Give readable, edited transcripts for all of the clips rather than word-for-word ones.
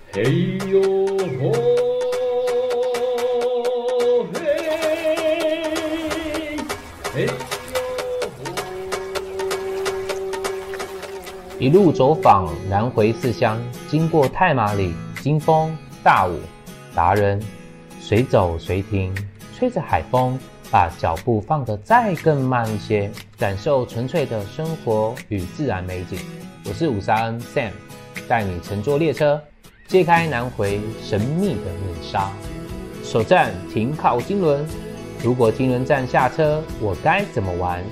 嘿呦吼，嘿，嘿呦吼。 一路走访南回4乡，经过太麻里、金峰、大武、达人，随走随停，吹着海风，把脚步放得再更慢一些，感受纯粹的生活与自然美景。我是伍萨恩 Sam， 带你乘坐列车，揭开南回神秘的面纱。首站停靠金轮，如果金轮站下车，我该怎么玩？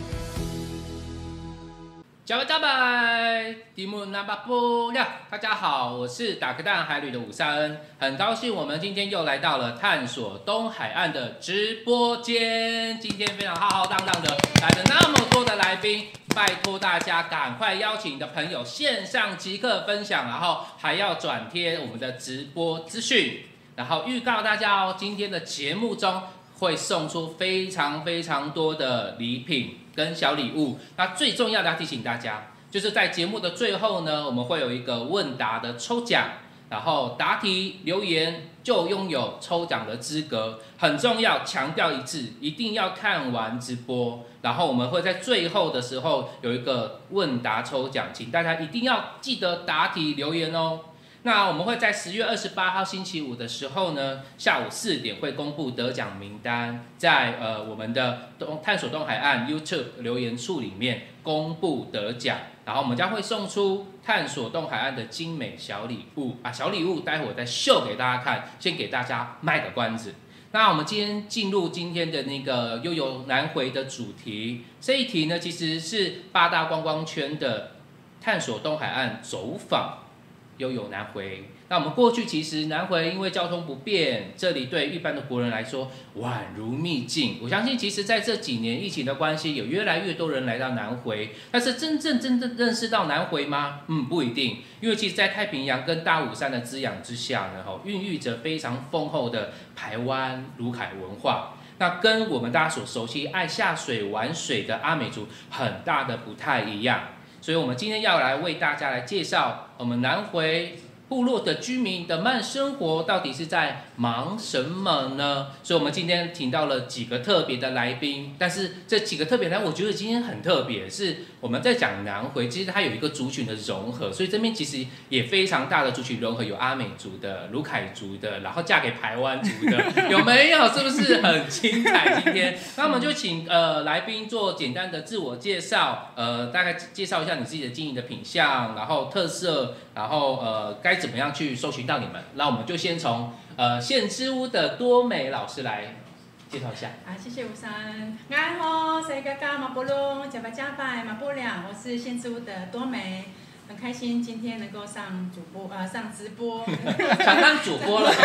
加拜，迪姆那巴布亮，大家好，我是打个蛋海旅的伍萨恩，很高兴我们今天又来到了探索东海岸的直播间。今天非常浩浩荡荡的来了那么多的来宾，拜托大家赶快邀请你的朋友线上即刻分享，然后还要转贴我们的直播资讯，然后预告大家哦，今天的节目中会送出非常非常多的礼品跟小礼物。那最重要的要提醒大家，就是在节目的最后呢，我们会有一个问答的抽奖，然后答题留言就拥有抽奖的资格。很重要，强调一次，一定要看完直播，然后我们会在最后的时候有一个问答抽奖，请大家一定要记得答题留言哦。那我们会在10月28号星期五的时候呢，下午4点会公布得奖名单，在我们的探索东海岸 YouTube 留言处里面公布得奖，然后我们将会送出探索东海岸的精美小礼物啊，小礼物待会我再秀给大家看，先给大家卖个关子。那我们今天进入今天的那个悠游南回的主题，这一题呢其实是8大观光圈的探索东海岸走访。悠游南回，那我们过去其实南回因为交通不便，这里对一般的国人来说宛如秘境。我相信其实在这几年疫情的关系，有越来越多人来到南回，但是真正认识到南回吗？不一定，因为其实在太平洋跟大武山的滋养之下呢，孕育着非常丰厚的排湾鲁凯文化。那跟我们大家所熟悉爱下水玩水的阿美族很大的不太一样。所以我们今天要来为大家来介绍我们南回部落的居民的慢生活到底是在忙什么呢？所以我们今天请到了几个特别的来宾，但是这几个特别来宾我觉得今天很特别，是我们在讲南回，其实它有一个族群的融合，所以这边其实也非常大的族群融合，有阿美族的、鲁凯族的，然后嫁给排湾族的，有没有？是不是很精彩？今天，那我们就请来宾做简单的自我介绍，大概介绍一下你自己的经营的品项，然后特色，然后该怎么样去搜寻到你们？那我们就先从县之屋的多美老师来介绍一下。 谢谢吴珊。爱好塞嘎嘎马波隆加巴加拜马波亮，我是县之屋的多美，很开心今天能够上直播。 想当主播了，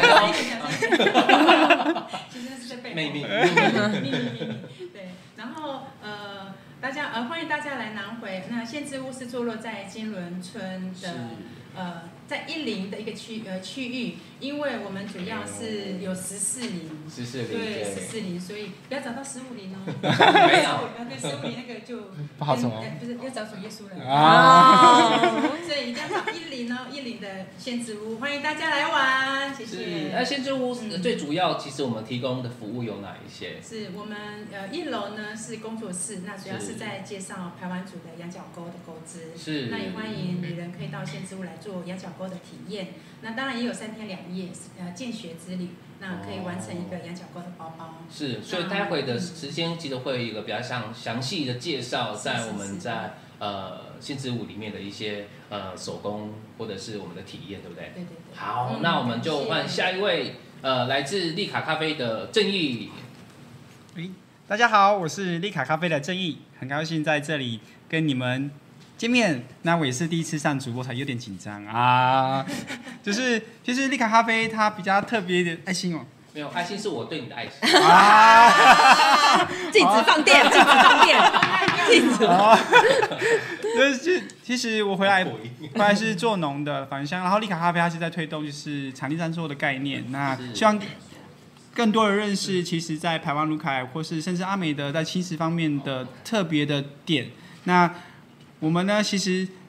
其实是在背后秘密。 对，然后大家欢迎大家来南回。那县之屋是坐落在金轮村的在1林的一个区域，因为我们主要是有14林，14林，对，14林，所以不要找到15林哦。 没有， 对，15林那个就不好找哦。 不是要找主耶稣了啊。 所以一定要找1林哦，1林的县之屋，欢迎大家来玩，谢谢。 那县之屋最主要，其实我们提供的服务有哪一些？ 是我们1楼呢是工作室，那主要是在介绍排湾族的羊角沟的钩织，是，那也欢迎女人可以到县之屋来做羊角沟的体验。那当然也有3天2夜见学之旅，那可以完成一个羊角沟的包包。是， 所以待会的时间其实会有一个比较详细的介绍，在我们在县之屋里面的一些手工或者是我们的体验，对不对？ 对。 好，那我们就换下一位，来自利卡咖啡的正义。 大家好，我是利卡咖啡的正义，很高兴在这里跟你们见面。那我也是第一次上主播台，有点紧张啊。就是其实利卡咖啡它比较特别的爱心哦。 没有，爱心是我对你的爱心。 禁止放电，禁止放电，禁止。 就是其实我回来是做农的返乡，然后利卡咖啡它是在推动就是场地赞助的概念，那希望更多人认识，其实在排湾鲁凯或是甚至阿美的在轻食方面的特别的点。那我们呢，其实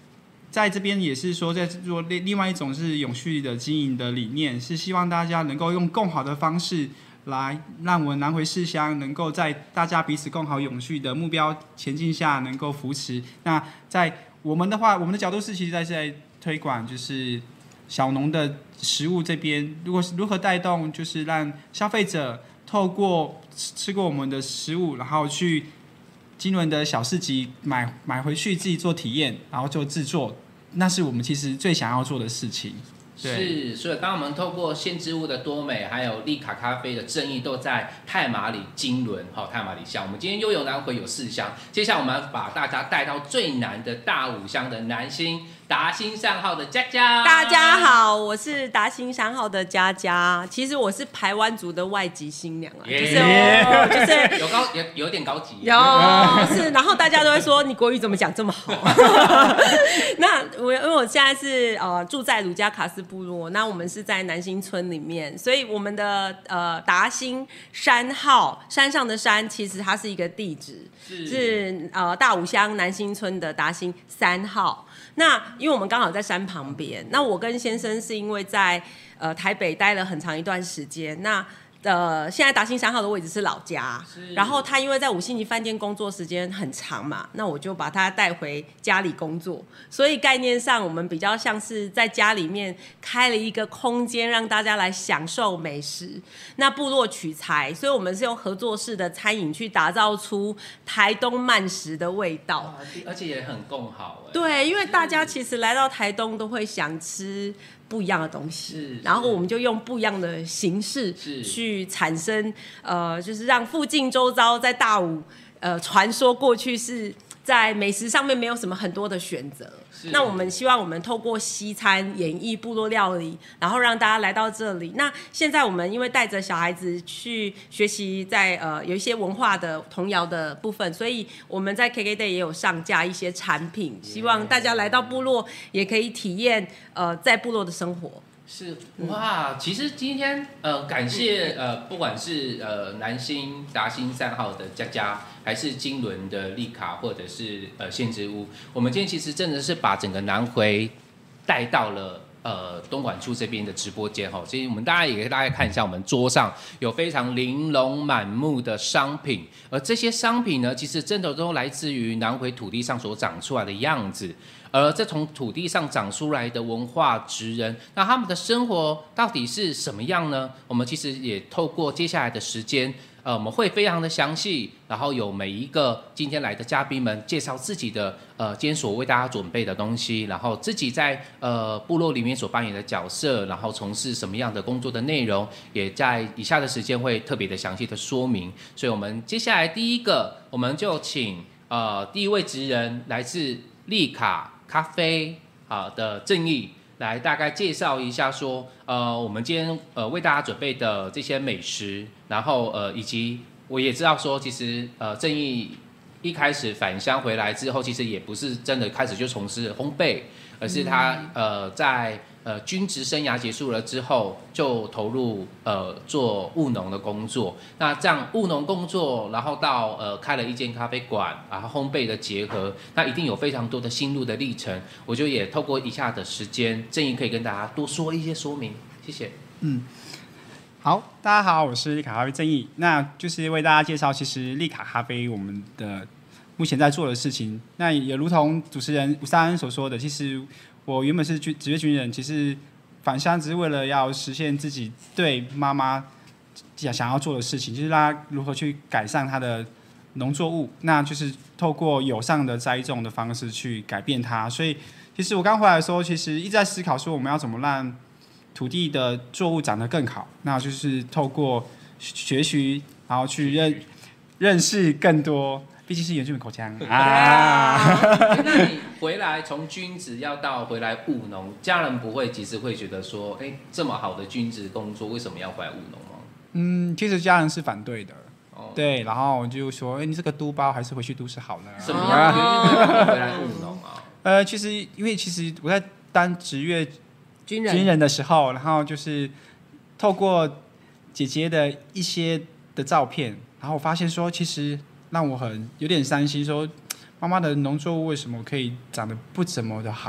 在这边也是说，在做另外一种是永续的经营的理念，是希望大家能够用更好的方式来让我们南回四乡能够在大家彼此更好永续的目标前进下能够扶持。那在我们的话，我们的角度是其实在推广就是小农的食物这边，如何带动就是让消费者透过吃过我们的食物，然后去金轮的小市集买回去自己做体验，然后做制作。那是我们其实最想要做的事情。 是，所以当我们透过鲜之物的多美，还有利卡咖啡的正义，都在太麻里金轮太麻里乡。我们今天又有南回有4乡，接下来我们把大家带到最南的大武乡的南兴达兴3号的佳佳。 大家好，我是达兴3号的佳佳。其实我是排湾族的外籍新娘啊，就是有点高级， 是，然后大家都会说你国语怎么讲这么好？那因为我现在是住在鲁加卡斯部落，那我们是在南兴村里面，所以我们的达兴3号山上的山，其实它是一个地址，是大武乡南兴村的达兴3号。那因为我们刚好在山旁边，那我跟先生是因为在台北待了很长一段时间，那现在达兴3号的位置是老家，然后他因为在5星级饭店工作时间很长嘛，那我就把他带回家里工作，所以概念上我们比较像是在家里面开了一个空间，让大家来享受美食。那部落取材，所以我们是用合作式的餐饮去打造出台东慢食的味道， 而且也很共好。 对，因为大家其实来到台东都会想吃不一样的东西，然后我们就用不一样的形式去产生，就是让附近周遭在大武，传说过去是在美食上面没有什么很多的选择。那我们希望我们透过西餐演绎部落料理，然后让大家来到这里。那现在我们因为带着小孩子去学习在有一些文化的童谣的部分，所以我们在 KKday 也有上架一些产品，希望大家来到部落也可以体验在部落的生活。 是哇，其实今天感谢不管是南兴达兴3号的佳佳，还是金轮的利卡，或者是献之屋，我们今天其实真的是把整个南回带到了东莞处这边的直播间哈。其实我们大家也可以大概看一下，我们桌上有非常玲珑满目的商品，而这些商品呢，其实真的都来自于南回土地上所长出来的样子。而这从土地上长出来的文化职人，那他们的生活到底是什么样呢？我们其实也透过接下来的时间，我们会非常的详细，然后有每一个今天来的嘉宾们介绍自己的今天所为大家准备的东西，然后自己在部落里面所扮演的角色，然后从事什么样的工作的内容，也在以下的时间会特别的详细的说明。所以我们接下来第一个，我们就请第一位职人来自利卡咖啡的正义来大概介绍一下说，我们今天为大家准备的这些美食，然后以及我也知道说，其实正义一开始返乡回来之后，其实也不是真的开始就从事烘焙，而是他在军职生涯结束了之后，就投入做务农的工作。那这样务农工作，然后到开了一间咖啡馆，然后烘焙的结合，那一定有非常多的心路的历程。我就也透过以下的时间，正义可以跟大家多说一些说明，谢谢。 好，大家好，我是利卡咖啡正义，那就是为大家介绍，其实利卡咖啡我们的目前在做的事情。那也如同主持人吴三恩所说的，其实我原本是职业军人，其实返乡只是为了要实现自己对妈妈想要做的事情，就是让她如何去改善她的农作物，那就是透过友善的栽种的方式去改变它。所以，其实我刚回来的时候，其实一直在思考说，我们要怎么让土地的作物长得更好，那就是透过学习，然后去认识更多。毕竟是原住民口腔啊。那你回来从军职要到回来务农，家人不会其实会觉得说，这么好的军职工作，为什么要回来务农吗？ 其实家人是反对的。对，然后就说，你这个督包还是回去都是好的。 什么样的原因回来务农啊？ 其实因为我在当职业军人的时候，然后就是透过姐姐的一些的照片，然后我发现说，其实让我有点伤心，说妈妈的农作物为什么可以长得不怎么的好？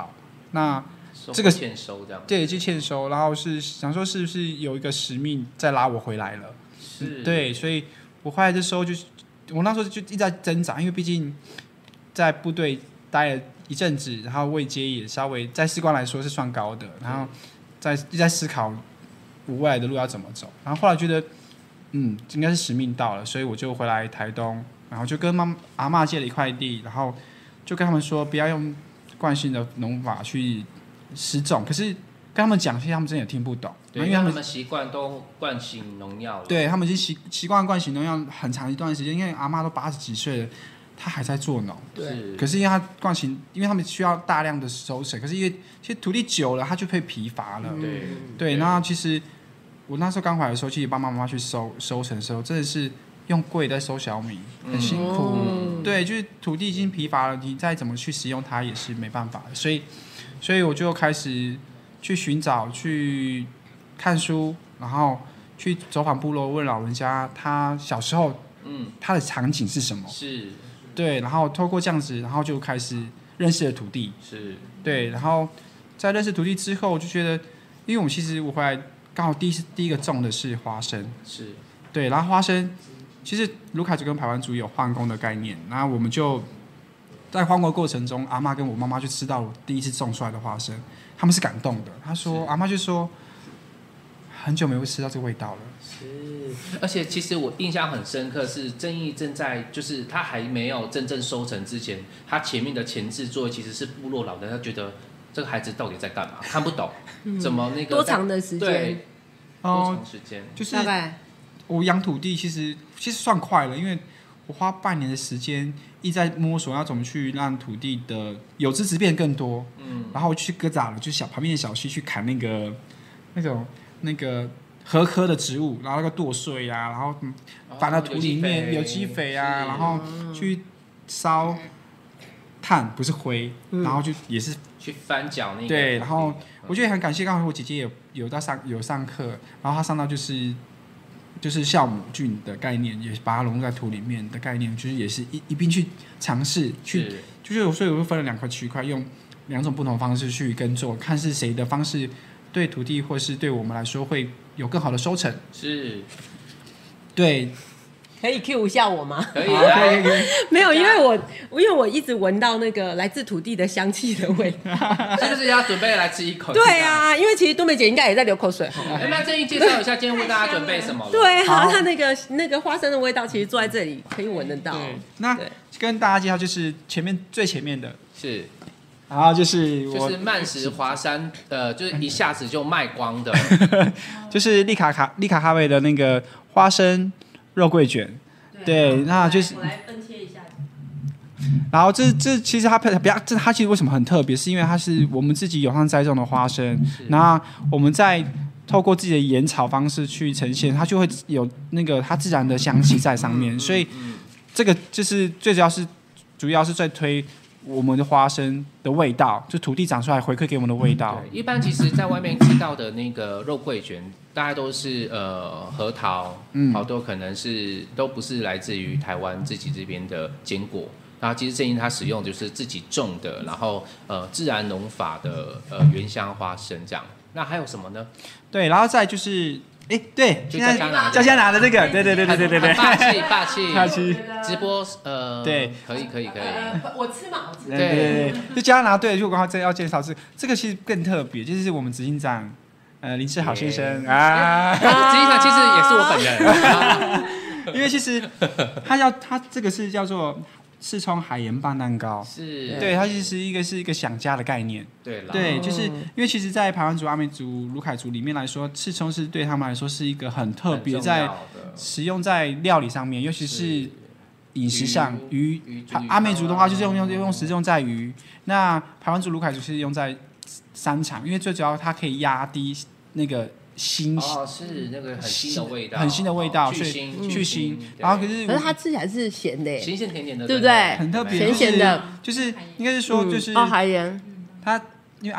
那这个欠收这样， 对，就欠收，然后是想说是不是有一个使命再拉我回来了？ 是， 对，所以我回来的时候我那时候就一直在挣扎，因为毕竟在部队待了一阵子，然后位阶也稍微在士官来说是算高的，然后在思考我未来的路要怎么走，然后后来觉得应该是使命到了，所以我就回来台东，然后就跟阿嬷借了一块地，然后就跟他们说不要用惯性的农法去施种，可是跟他们讲，其实他们真的也听不懂， 对，因为他们习惯都惯性农药了， 对他们已经习惯惯性农药很长一段时间，因为阿嬷都80几岁了，她还在做农， 对， 可是因为她惯性，因为他们需要大量的收成，可是因为其实土地久了，它就会疲乏了，对，然后其实我那时候刚回来的时候，其实帮妈妈去收成的时候，真的是用贵在收小米，很辛苦，对，就是土地已经疲乏了，你再怎么去使用它也是没办法的，所以我就开始去寻找、去看书，然后去走访部落，问老人家他小时候，他的场景是什么？ 是， 对，然后透过这样子，然后就开始认识了土地， 是， 对，然后在认识土地之后，我就觉得，因为我回来刚好第一个种的是花生， 是， 对，然后花生其实卢凯族跟排湾族有换工的概念，然后我们就在换工过程中，阿嬷跟我妈妈就吃到我第一次种出来的花生，他们是感动的。阿嬷就说，很久没有吃到这个味道了。 是，而且其实我印象很深刻，是正义正在就是他还没有真正收成之前，他前面的前置作业其实是部落老人，他觉得这个孩子到底在干嘛，看不懂，怎么那个多长的时间？ 对，多长时间？ 就是大概我养土地其实算快了，因为我花半年的时间一直在摸索要怎么去让土地的有枝质变更多，然后我去割杂了，就旁边的小溪去砍那个禾科的植物，然后那个剁碎啊，然后放到土里面有机肥啊，然后去烧炭不是灰，然后就也是去翻搅那个对，然后我觉得很感谢，刚好我姐姐有上课，然后她上到就是酵母菌的概念，也把它融入在土里面的概念，就是也是一并去尝试去，就是所以我就分了2块区块，用2种不同的方式去耕作，看是谁的方式对土地或是对我们来说会有更好的收成。 是， 对， 可以 cue 一下我吗？ 可以可以。 没有，因为我一直闻到那个来自土地的香气的味道， 是不是要准备来吃一口？ 对啊，因为其实冬梅姐应该也在流口水。 那建议介绍一下今天为大家准备什么了？ 对啊，它那个花生的味道，其实坐在这里可以闻得到。 那跟大家介绍就是最前面的是。 然后就是慢食华山，就是一下子就卖光的， 就是利卡咖啡的那个花生肉桂卷，对，那就是我来分切一下。 然后这其实它其实为什么很特别，是因为它是我们自己友善栽种的花生，那我们在透过自己的研炒方式去呈现，它就会有那个它自然的香气在上面，所以这个就是主要是在推我们的花生的味道，就土地长出来回馈给我们的味道。 一般其实在外面吃到的那个肉桂卷，大概都是核桃，好多可能都不是来自于台湾自己这边的坚果。然后其实正因它使用就是自己种的，然后自然农法的原香花生这样。那还有什么呢？ 对，然后再就是对， 就佳佳拿的这个，对， 霸气，直播对， 可以， 我吃嘛，我吃。 对，就佳佳拿对，就我刚刚要介绍这个其实更特别，就是我们执行长林世豪先生啊， 执行长其实也是我本人， 因为其实他这个是叫做赤葱海盐棒蛋糕， 是， 对，它其实是一个想家的概念，对，就是因为其实，在排湾族、阿美族、鲁凯族里面来说，赤葱是对他们来说是一个很特别，在使用在料理上面，尤其是饮食上，鱼，阿美族的话就是食用在鱼，那排湾族、鲁凯族是用在山场，因为最主要它可以压低那个腥是那个很腥的味道， 很腥的味道，所以去腥。然后可是它吃起来是咸的， 咸咸甜甜的， 对不对？ 很特别， 咸咸的， 就是应该是说就是海盐， 它因为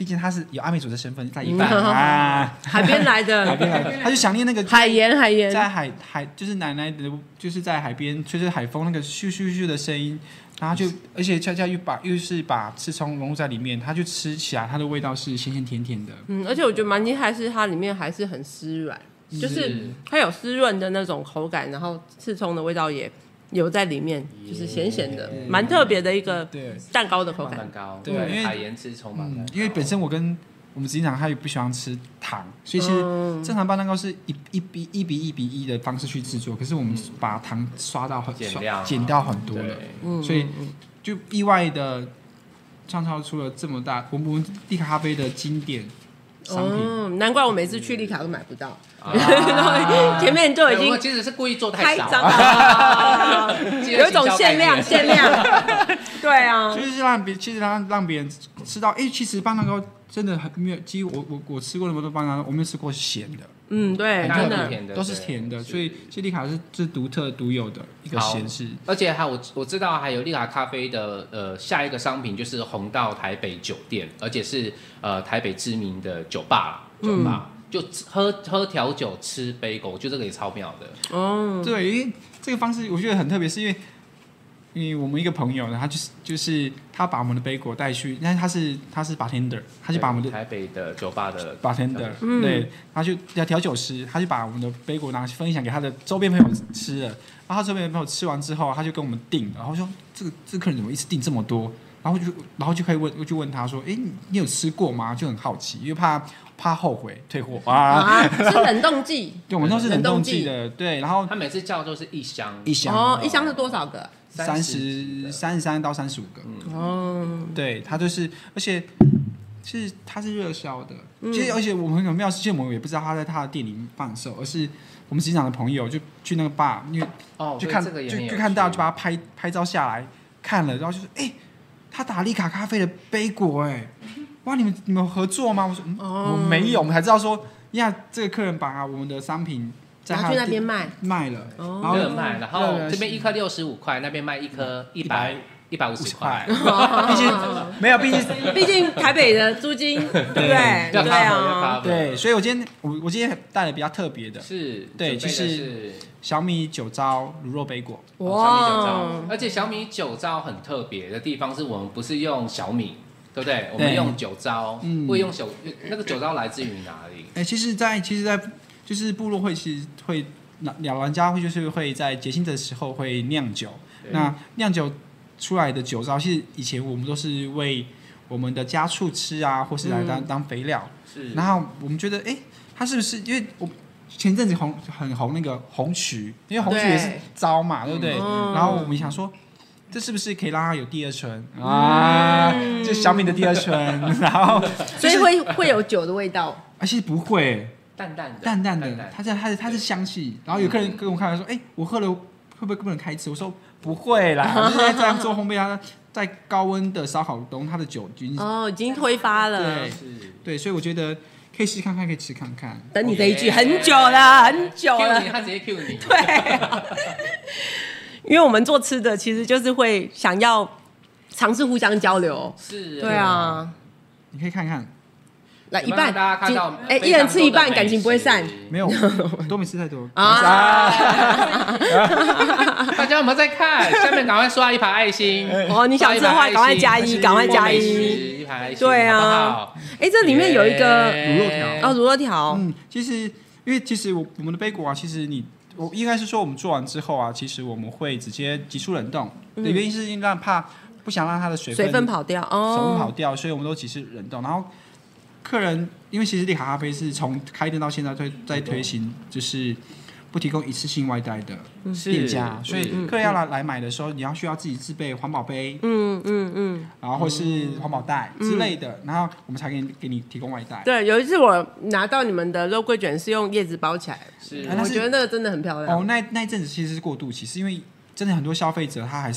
毕竟他是有阿美族的身份在一半啊， 海边来的， 海边来的，他就想念那个海盐， 在海就是奶奶的，就是在海边吹着海风那个咻咻咻的声音，然后就而且恰恰又是把刺葱融入在里面，它就吃起来它的味道是咸咸甜甜的。 而且我觉得蛮厉害，是它里面还是很湿软，就是它有湿润的那种口感，然后刺葱的味道也有在里面，就是咸咸的，蛮特别的一个蛋糕的口感。 蛋糕， 对，因为海盐吃葱嘛， 因为本身我跟我们执行长他也不喜欢吃糖，所以其实正常拌蛋糕是1比1的方式去制作，可是我们把糖刷到减掉很多了，所以就意外的创造出了这么大我们利卡咖啡的经典商品。 难怪我每次去利卡都买不到，前面就已经其实是故意做太少， 有一种限量，对啊， 就是让别人吃到，其实拌蛋糕真的很没有，几乎我吃过那么多拌蛋糕，我没有吃过咸的。 对，真的都是甜的，所以利卡是独特独有的一个咸式。 而且我知道还有利卡咖啡的下一个商品就是红到台北酒店，而且是台北知名的酒吧，就喝调酒吃贝果，我觉得这个也超妙的。 对，因为这个方式我觉得很特别，是因为我们一个朋友呢，他就是他把我们的贝果带去，因为他是 bartender， 他就把我们的台北的酒吧的 bartender，对，他就调酒师，他就把我们的贝果拿去分享给他的周边朋友吃了，然后他周边的朋友吃完之后，他就跟我们订，然后说这个客人怎么一次订这么多，然后就可以问他说，你有吃过吗？就很好奇，因为怕后悔退货是冷冻剂， 对，我们都是冷冻剂的，对，然后他每次叫都是一箱， 一箱是多少个 ？33到35个，对，它就是，而且它是热销的，其实而且我们很妙，之前我们也不知道他在他的店里贩售，而是我们执行长的朋友就去那个 bar， 因为就看到就把他拍照下来看了，然后就说他打利卡咖啡的杯果哇，你们合作吗？我说我没有，我们才知道说，这个客人把我们的商品在他去那边卖了， 然后这边1颗65块，那边卖1颗150块， 毕竟台北的租金，对不对？对啊， 对，所以我今天带的比较特别的，对，就是小米酒糟卤肉杯果， 小米酒糟，而且小米酒糟很特别的地方是我们不是用小米。对不对？我们用酒糟，会用那个酒糟来自于哪里？ 其实在就是部落会其实会老人家就是会在节庆的时候会酿酒，那酿酒出来的酒糟，其实以前我们都是为我们的家畜吃啊，或是来当肥料。然后我们觉得，它是不是因为我前阵子很红那个红曲，因为红曲也是糟嘛，对不对？然后我们想说。这是不是可以让它有第二春啊？就小米的第二春，然后所以会有酒的味道， 其实不会， 淡淡的，它是香气。然后有客人跟我看来说，我喝了会不会不能开吃？我说不会啦，就是在这样做烘焙，它在高温的烧烤中，它的酒精已经挥发了。 对，所以我觉得可以试看看，可以吃看看。 等你这一句很久了， 他直接 Q 你， 对。因为我们做吃的，其实就是会想要尝试互相交流，对啊， 你可以看看， 来一半， 大家看到， 一人吃一半，感情不会散， 没有，都没吃太多大家有没有在看？下面赶快刷一排爱心你想吃的话，赶快加1，赶快加1， 一排爱心， 对啊，这里面有一个卤肉条， 卤肉条， 其实我们的杯果啊，其实我应该是说，我们做完之后啊，其实我们会直接急速冷冻。的原因是因为不想让它的水分跑掉， 所以我们都急速冷冻。然后客人，因为其实利卡咖啡是从开店到现在在推行，就是不提供一次性外带的店家，所以客人要来买的时候，你需要自己自备环保杯，然后或是环保袋之类的，然后我们才给你提供外带。 对，有一次我拿到你们的肉桂卷是用叶子包起来，我觉得那个真的很漂亮。 那一阵子其实是过渡期，是因为真的很多消费者他还是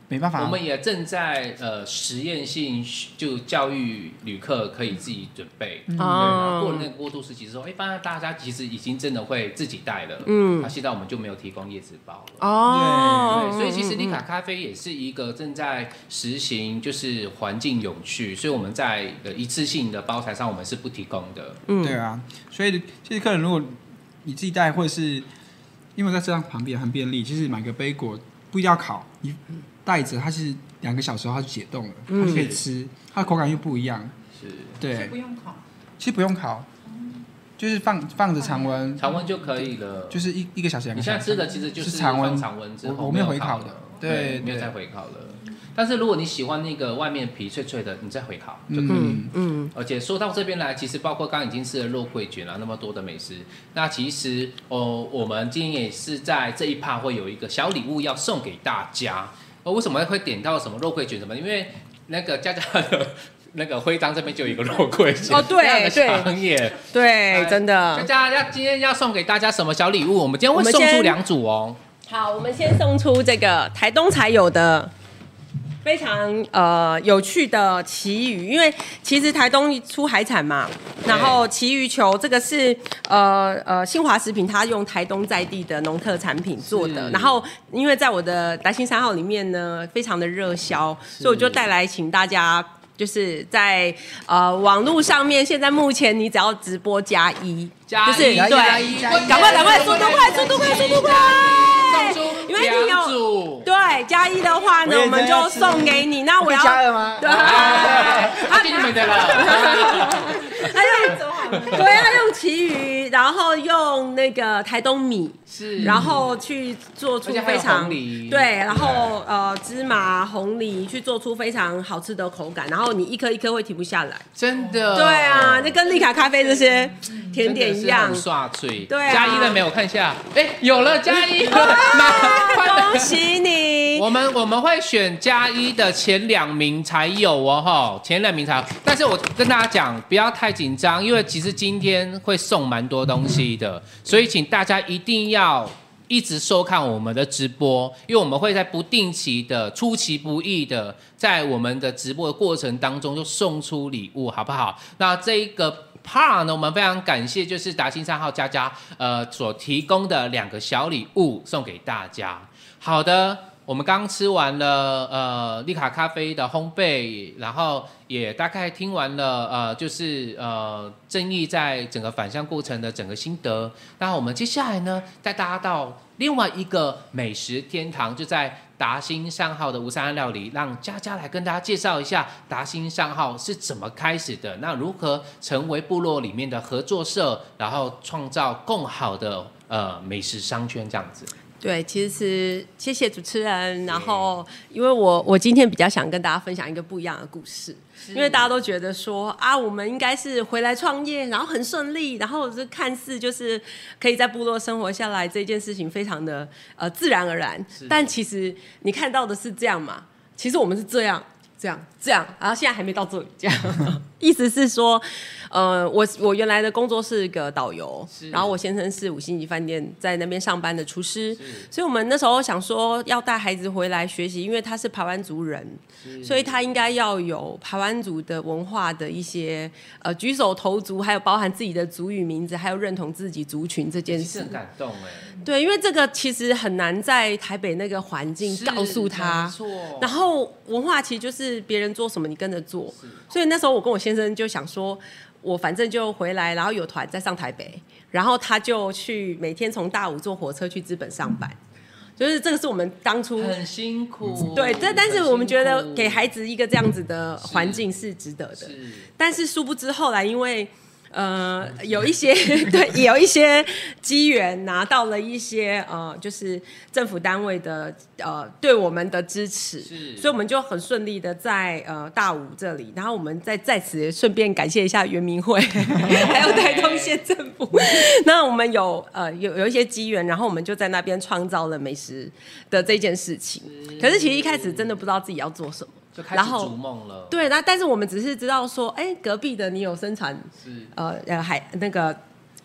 没办法。 我们也正在实验性就教育旅客可以自己准备，对，然后过了那个过渡时期之后，发现大家其实已经真的会自己带了，那现在我们就没有提供叶子包了，对，所以其实丽卡咖啡也是一个正在实行就是环境永续，所以我们在一次性的包材上我们是不提供的， 对啊，所以其实客人如果你自己带，或者是因为在这样旁边很便利，其实买个杯果不一定要烤，你带着它是2个小时后它就解冻了，它就可以吃，它的口感又不一样。 是， 对， 不用烤， 其实不用烤，就是放着常温， 常温就可以了， 就是1个小时2个小时。 你现在吃的其实就是常温之后我没有回烤的，对， 没有再回烤了。但是如果你喜欢那个外面皮脆脆的，你再回烤就可以。而且说到这边来，其实包括刚刚已经吃了肉桂卷啊，那么多的美食，那其实我们今天也是在这一 part 会有一个小礼物要送给大家。为什么会点到什么肉桂卷什么？因为那个佳佳的那个徽章这边就有一个肉桂卷， 对对，真的。 佳佳今天要送给大家什么小礼物？我们今天会送出2组哦。 好，我们先送出这个台东才有的非常有趣的旗鱼，因为其实台东出海产嘛，然后旗鱼球这个是新华食品它用台东在地的农特产品做的，然后因为在我的达兴3号里面呢非常的热销，所以我就带来请大家就是在网络上面，现在目前你只要直播加1，就是对，赶快，速度快。因为你有对加1的话呢，我们就送给你。那我要加了吗？ 对， 他给你们的了。 他用旗鱼，然后用那个台东米，然后去做出非常对，然后芝麻红梨去做出非常好吃的口感，然后你一颗一颗会停不下来，真的。对啊，那跟丽卡咖啡这些甜点一样， 刷脆。 对啊， 加1的没有看一下，有了加1， 恭喜你！ 我们会选加1的前2名才有哦，前2名才有。但是我跟大家讲，不要太紧张，因为其实今天会送蛮多东西的，所以请大家一定要一直收看我们的直播，因为我们会在不定期的、出其不意的，在我们的直播的过程当中就送出礼物，好不好？那这一个part 呢，我们非常感谢就是达兴3号佳佳所提供的2个小礼物送给大家。好的，我们刚吃完了丽卡咖啡的烘焙，然后也大概听完了就是正义在整个返乡过程的整个心得。那我们接下来呢，带大家到另外一个美食天堂，就在达兴3号的吴三安料理，让佳佳来跟大家介绍一下达兴3号是怎么开始的，那如何成为部落里面的合作社，然后创造更好的美食商圈这样子。 对，其实谢谢主持人。然后，因为我今天比较想跟大家分享一个不一样的故事，因为大家都觉得说啊，我们应该是回来创业，然后很顺利，然后这看似就是可以在部落生活下来这件事情非常的自然而然，但其实你看到的是这样嘛？其实我们是这样，然后现在还没到这里，这样。意思是说，我原来的工作是个导游，然后我先生是5星级饭店在那边上班的厨师，所以我们那时候想说要带孩子回来学习，因为他是排湾族人，所以他应该要有排湾族的文化的一些举手投足，还有包含自己的族语名字，还有认同自己族群这件事， 其实很感动对，因为这个其实很难在台北那个环境告诉他，然后文化其实就是别人做什么你跟着做，所以那时候我跟我先生就想说，我反正就回来，然后有团再上台北，然后他就去每天从大武坐火车去资本上班，就是这个是我们当初很辛苦， 对，但是我们觉得给孩子一个这样子的环境是值得的，但是殊不知后来因为有一些对，有一些机缘拿到了一些就是政府单位的对我们的支持，所以我们就很顺利的在大武这里，然后我们在此顺便感谢一下原民会还有台东县政府那我们有一些机缘，然后我们就在那边创造了美食的这件事情，可是其实一开始真的不知道自己要做什么， 就开始逐梦了。 对，但是我们只是知道说，隔壁的你有生产，那个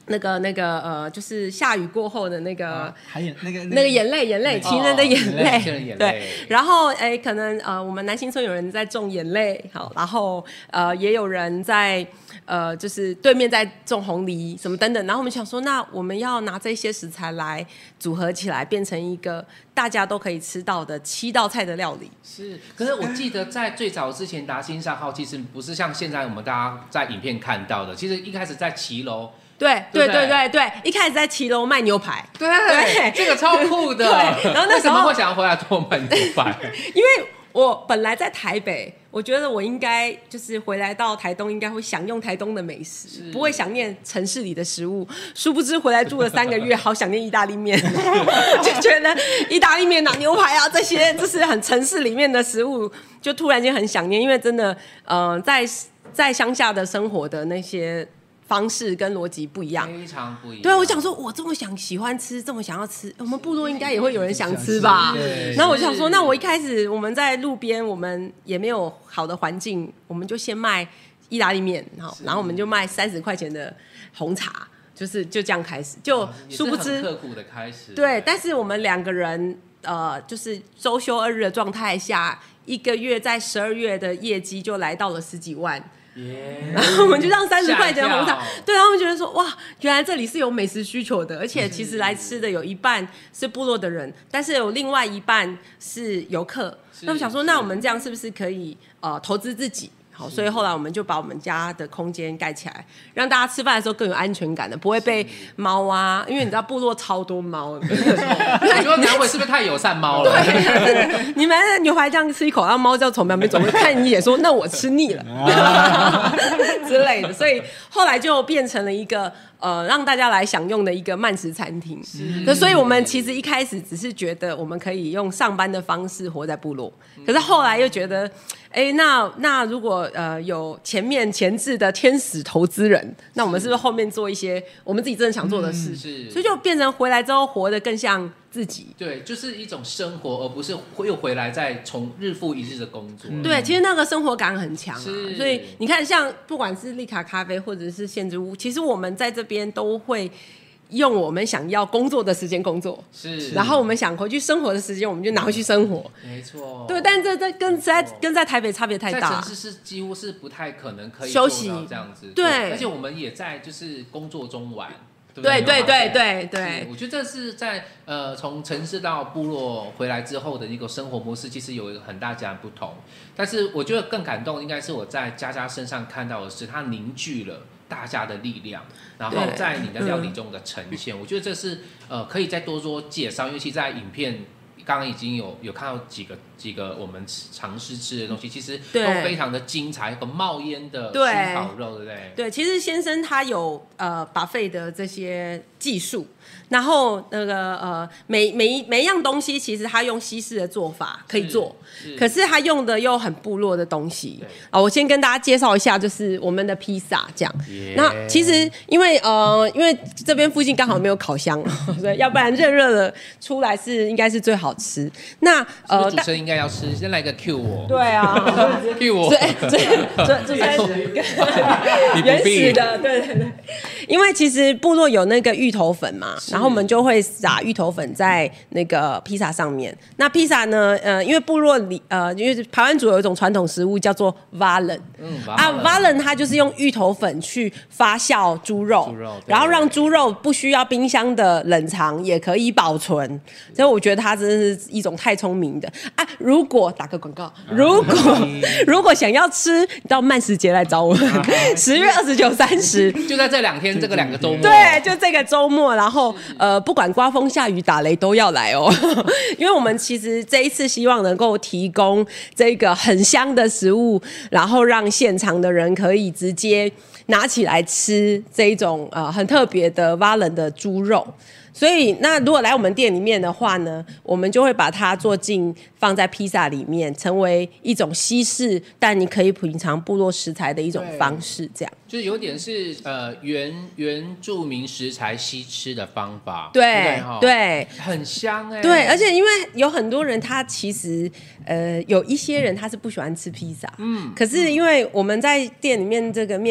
就是下雨过后的那个， 还有那个眼泪，情人的眼泪，对。然后可能我们南新村有人在种眼泪，好，然后也有人在就是对面在种红梨什么等等。然后我们想说，那我们要拿这些食材来组合起来，变成一个大家都可以吃到的7道菜的料理。 是，可是我记得在最早之前，达新上号其实不是像现在我们大家在影片看到的，其实一开始在骑楼。 对，一开始在骑楼卖牛排， 对，这个超酷的。 对，然后那时候为什么会想要回来做卖牛排？ 因为我本来在台北，我觉得我应该就是回来到台东，应该会享用台东的美食，不会想念城市里的食物。殊不知回来住了3个月，好想念意大利面，就觉得意大利面牛排啊这些，就是很城市里面的食物，就突然间很想念，因为真的，在乡下的生活的那些方式跟逻辑不一样， 非常不一样。 对，我想说，我这么喜欢吃，这么想要吃，我们部落应该也会有人想吃吧？然后我就想说，那我一开始我们在路边，我们也没有好的环境，我们就先卖意大利面，然后我们就卖30块钱的红茶，就这样开始，就殊不知也是很刻苦的开始。 对，但是我们2个人就是周休2日的状态下，1个月在12月的业绩就来到了10几万。然后我们就让30块钱的红茶，对，然后我们觉得说，哇，原来这里是有美食需求的，而且其实来吃的有一半是部落的人，但是有另外一半是游客。那我想说，那我们这样是不是可以投资自己？好，所以后来我们就把我们家的空间盖起来，让大家吃饭的时候更有安全感的，不会被猫啊，因为你知道部落超多猫的。 我觉得南伟是不是太友善猫了？ 对，你们牛排这样吃一口，然后猫就从旁边走过来看你一眼，说：“那我吃腻了。”之类的，所以后来就变成了一个让大家来享用的一个慢食餐厅。所以我们其实一开始只是觉得我们可以用上班的方式活在部落，可是后来又觉得，那如果有前置的天使投资人，那我们是不是后面做一些我们自己真的想做的事？所以就变成回来之后活得更像自己。 对，就是一种生活，而不是又回来再从日复一日的工作。 对，其实那个生活感很强啊。所以你看，像不管是丽卡咖啡或者是限制屋，其实我们在这边都会用我们想要工作的时间工作，然后我们想回去生活的时间，我们就拿回去生活。 没错。 对，但这跟在台北差别太大。 在城市是几乎是不太可能可以休息这样子。 对， 而且我们也在就是工作中玩。 对， 我觉得这是在从城市到部落回来之后的一个生活模式，其实有一个很大的不同。但是我觉得更感动，应该是我在佳佳身上看到的是，它凝聚了大家的力量，然后在你的料理中的呈现。我觉得这是可以再多多介绍，尤其在影片刚刚已经有看到几个我们尝试吃的东西，其实都非常的精彩，有个冒烟的熏烤肉，对不对？ 对，其实先生他有buffet的这些技术，然后那个每一样东西，其实他用西式的做法可以做，可是他用的又很部落的东西。我先跟大家介绍一下，就是我们的披萨这样。那其实因为这边附近刚好没有烤箱，所以要不然热热的出来应该是最好吃。那主持人应该要吃，先来个 Q 我。 对啊 ，Q 我。 这才是原始的，对。因为其实部落有那个芋头粉嘛，然后我们就会撒芋头粉在那个披萨上面。那披萨呢，因为部落里因为排湾族有一种传统食物叫做 Valen，Valen 它就是用芋头粉去发酵猪肉，然后让猪肉不需要冰箱的冷藏也可以保存。所以我觉得它真的是一种太聪明的啊！如果打个广告，如果想要吃，到慢食节来找我们，10月29、30， 就在这2天，这个2个周末， 对，就这个周末，然后不管刮风下雨打雷都要来哦，因为我们其实这一次希望能够提供这个很香的食物，然后让现场的人可以直接拿起来吃这一种很特别的蛙人的猪肉。所以那如果来我们店里面的话呢，我们就会把它做进放在披萨里面，成为一种西式但你可以品尝部落食材的一种方式，这样就是有点是原住民食材西吃的方法， 对， 很香哎， 对，而且因为有很多人他其实有一些人他是不喜欢吃披萨，可是因为我们在店里面这个面皮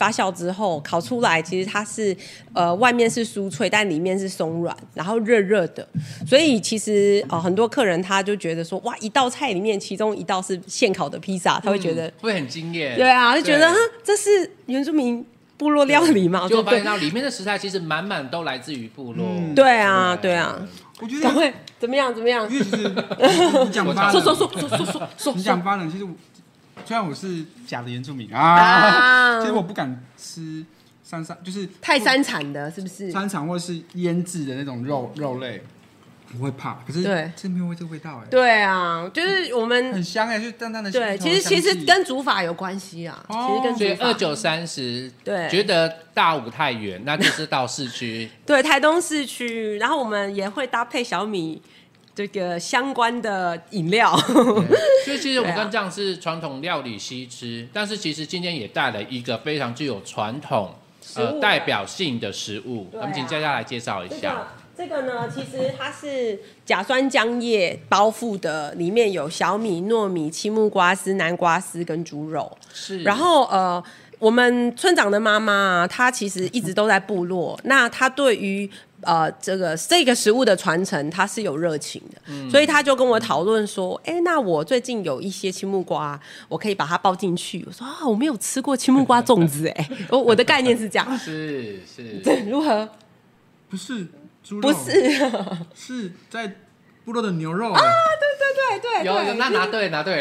发酵之后烤出来，其实它是外面是酥脆，但里面是松软，然后热热的。所以其实很多客人他就觉得说，哇，一道菜里面其中一道是现烤的披萨，他会觉得、 会很惊艳。 对啊，就觉得这是原住民部落料理嘛， 就发现到里面的食材其实满满都来自于部落。 对啊，对啊。 我觉得赶快怎么样？ 因为其实你讲发冷，说，你讲发冷，其实虽然我是假的原住民其实我不敢吃山上就是太山产的，是不是？ 山产或是腌制的那种肉类，我会怕。可是这没有这个味道对啊，就是我们很香就是淡淡的。 对，其实跟煮法有关系啊。其实跟煮法。 2930， 对， 觉得大武太远，那就是到市区。 对，台东市区，然后我们也会搭配小米。这个相关的饮料， 所以其实我们刚这样是传统料理西吃，但是其实今天也带了一个非常具有传统代表性的食物，我们请佳佳来介绍一下。 这个呢，其实它是甲酸浆叶包覆的，里面有小米、糯米、青木瓜丝、南瓜丝跟猪肉。 是， 然后我们村长的妈妈她其实一直都在部落，那她对于这个食物的传承，他是有热情的，所以他就跟我讨论说，那我最近有一些青木瓜，我可以把它包进去。我说我没有吃过青木瓜粽子我的概念是这样， 是， 对，如何？ 不是猪肉， 不是， 是在部落的牛肉对， 有，那拿对了，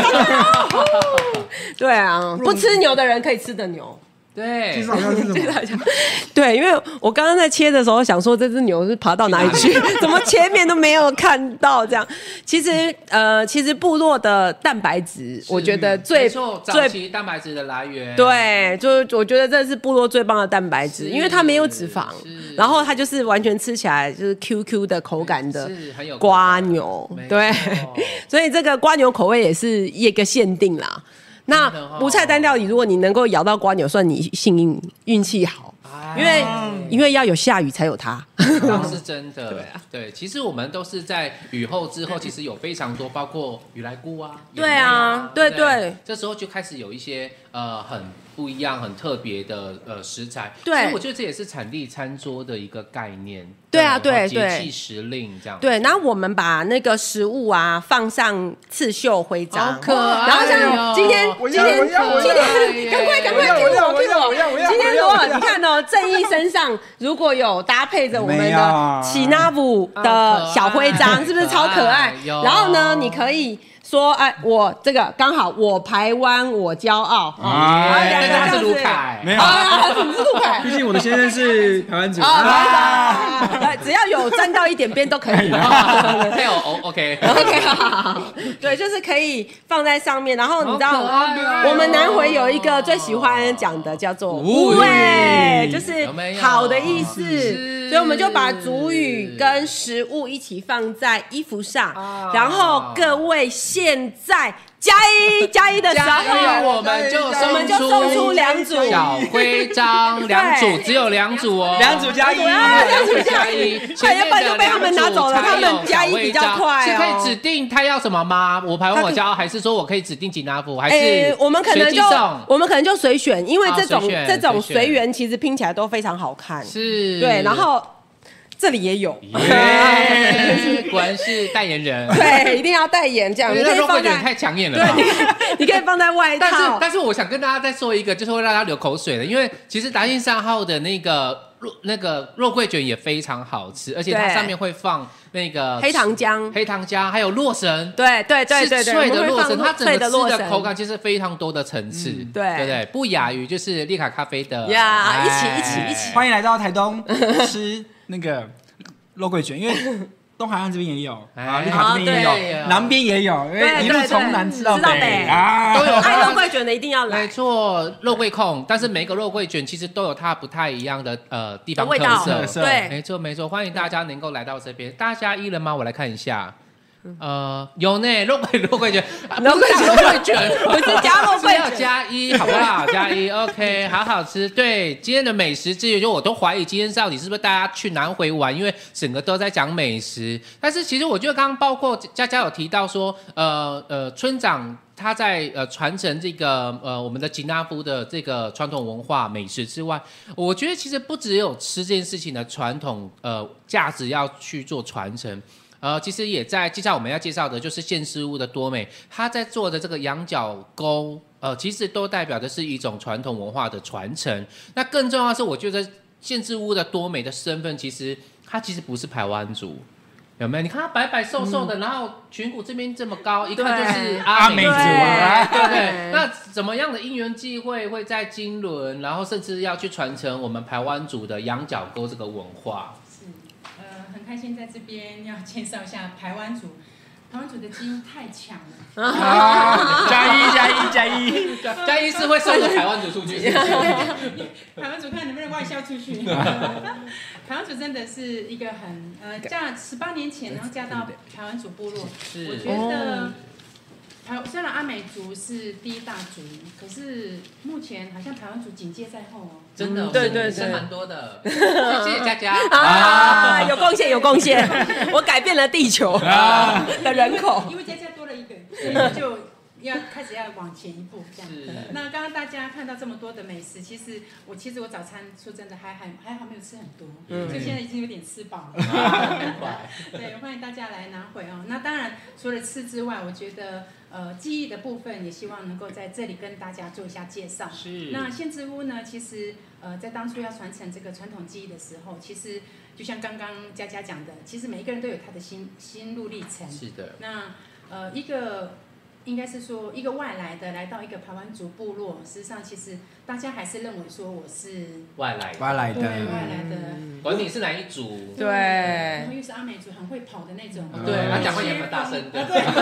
对啊，不吃牛的人可以吃的牛。 对， 介绍一下是什么？ 对，因为我刚刚在切的时候想说这只牛是爬到哪里去，怎么前面都没有看到这样。其实部落的蛋白质，我觉得最早期蛋白质的来源。 对，就我觉得这是部落最棒的蛋白质，因为它没有脂肪，然后它就是完全吃起来就是 QQ 的口感的瓜牛。对，所以这个瓜牛口味也是一个限定啦。那无菜单料理，如果你能够咬到瓜牛，算你幸运运气好，因为要有下雨才有它。 是真的，对，其实我们都是在雨后之后，其实有非常多，包括雨来菇啊， 对啊，对， 这时候就开始有一些很不一样、很特别的食材。 对， 所以我觉得这也是产地餐桌的一个概念。 对啊，对， 节气时令这样。 对，然后我们把那个食物啊放上刺绣徽章， 好可爱。 然后像今天，赶快听我。今天如果你看哦，正义身上如果有搭配着我们的奇纳布的小徽章，是不是超可爱？然后呢，你可以说，我这个刚好，我台湾我骄傲。 他是卢凯， 没有， 你是卢凯。 毕竟我的先生是台湾族。 只要有沾到一点边都可以。 配偶 OK， 好，对，就是可以放在上面。然后你知道，我们南回有一个最喜欢讲的叫做无味，就是好的意思。所以我们就把族语跟食物一起放在衣服上，然后各位现在加一的时候， 我们就送出2组小徽章，2组只有2组哦 ，2组加一， 对，要不然就被他们拿走了。他们加一比较快是可以指定他要什么吗？我台湾我骄傲，还是说我可以指定吉拿福，还是我们可能就随选，因为这种随缘其实拼起来都非常好看。 是， 对，然后这里也有， 果然是代言人。 对，一定要代言这样。你可以放在太抢眼了吧？ 对，你可以放在外套。 但是我想跟大家再说一个，就是会让大家流口水的，因为其实达信3号的那个肉桂卷也非常好吃，而且它上面会放那个黑糖浆， 还有洛神。 对， 是脆的洛神，它整个吃的口感其实非常多的层次，对不对？不亚于就是丽卡咖啡的呀，一起， 欢迎来到台东吃那个肉桂卷，因为东海岸这边也有丽卡这边也有，南边也有，因为一路从南吃到北都有。 爱肉桂卷的一定要来， 没错，肉桂控，但是每个肉桂卷其实都有它不太一样的地方特色， 对， 没错，欢迎大家能够来到这边。大家一了吗？我来看一下。 有呢，肉桂卷， 肉桂卷肉桂卷， 不是加肉桂要卷， 加一，好不好？加一 ，OK， 好好吃。对，今天的美食之旅，就我都怀疑今天到底是不是大家去南回玩，因为整个都在讲美食。但是其实我觉得刚刚包括佳佳有提到说，村长他在传承这个我们的吉纳夫的这个传统文化美食之外，我觉得其实不只有吃这件事情的传统价值要去做传承。其实也在接下来我们要介绍的就是县事屋的多美，他在做的这个羊角钩，其实都代表的是一种传统文化的传承。那更重要的是，我觉得县事屋的多美的身份，其实不是排湾族。有没有？你看他白白瘦瘦的，然后颧骨这边这么高，一看就是阿美族啊，对不对？那怎么样的因缘际会会在金轮，然后甚至要去传承我们排湾族的羊角钩这个文化？ 很开心在这边要介绍一下排湾族。排湾族的基因太强了， 加一是会送着排湾族出去， 排湾族看能不能外销出去。排湾族真的是一个很嫁18年前，然后嫁到排湾族部落，我觉得。虽然阿美族是第一大族，可是目前好像排湾族警戒在后哦。 真的， 对， 是蛮多的。谢谢佳佳啊，有贡献，我改变了地球的人口。 因为佳佳多了一个，所以就开始要往前一步这样。那刚刚大家看到这么多的美食，其实我早餐说真的还好没有吃很多，所以现在已经有点吃饱了。对，欢迎大家来南回哦。那当然除了吃之外，我觉得记忆的部分也希望能够在这里跟大家做一下介绍。那县之屋呢，其实在当初要传承这个传统技艺的时候，其实就像刚刚佳佳讲的，其实每一个人都有他的心路历程。 是的。 那应该是说一个外来的来到一个排湾族部落，事实上其实大家还是认为说我是外来的， 管你是哪一族， 对， 然后又是阿美族很会跑的那种， 对，他讲话也蛮大声的， 对，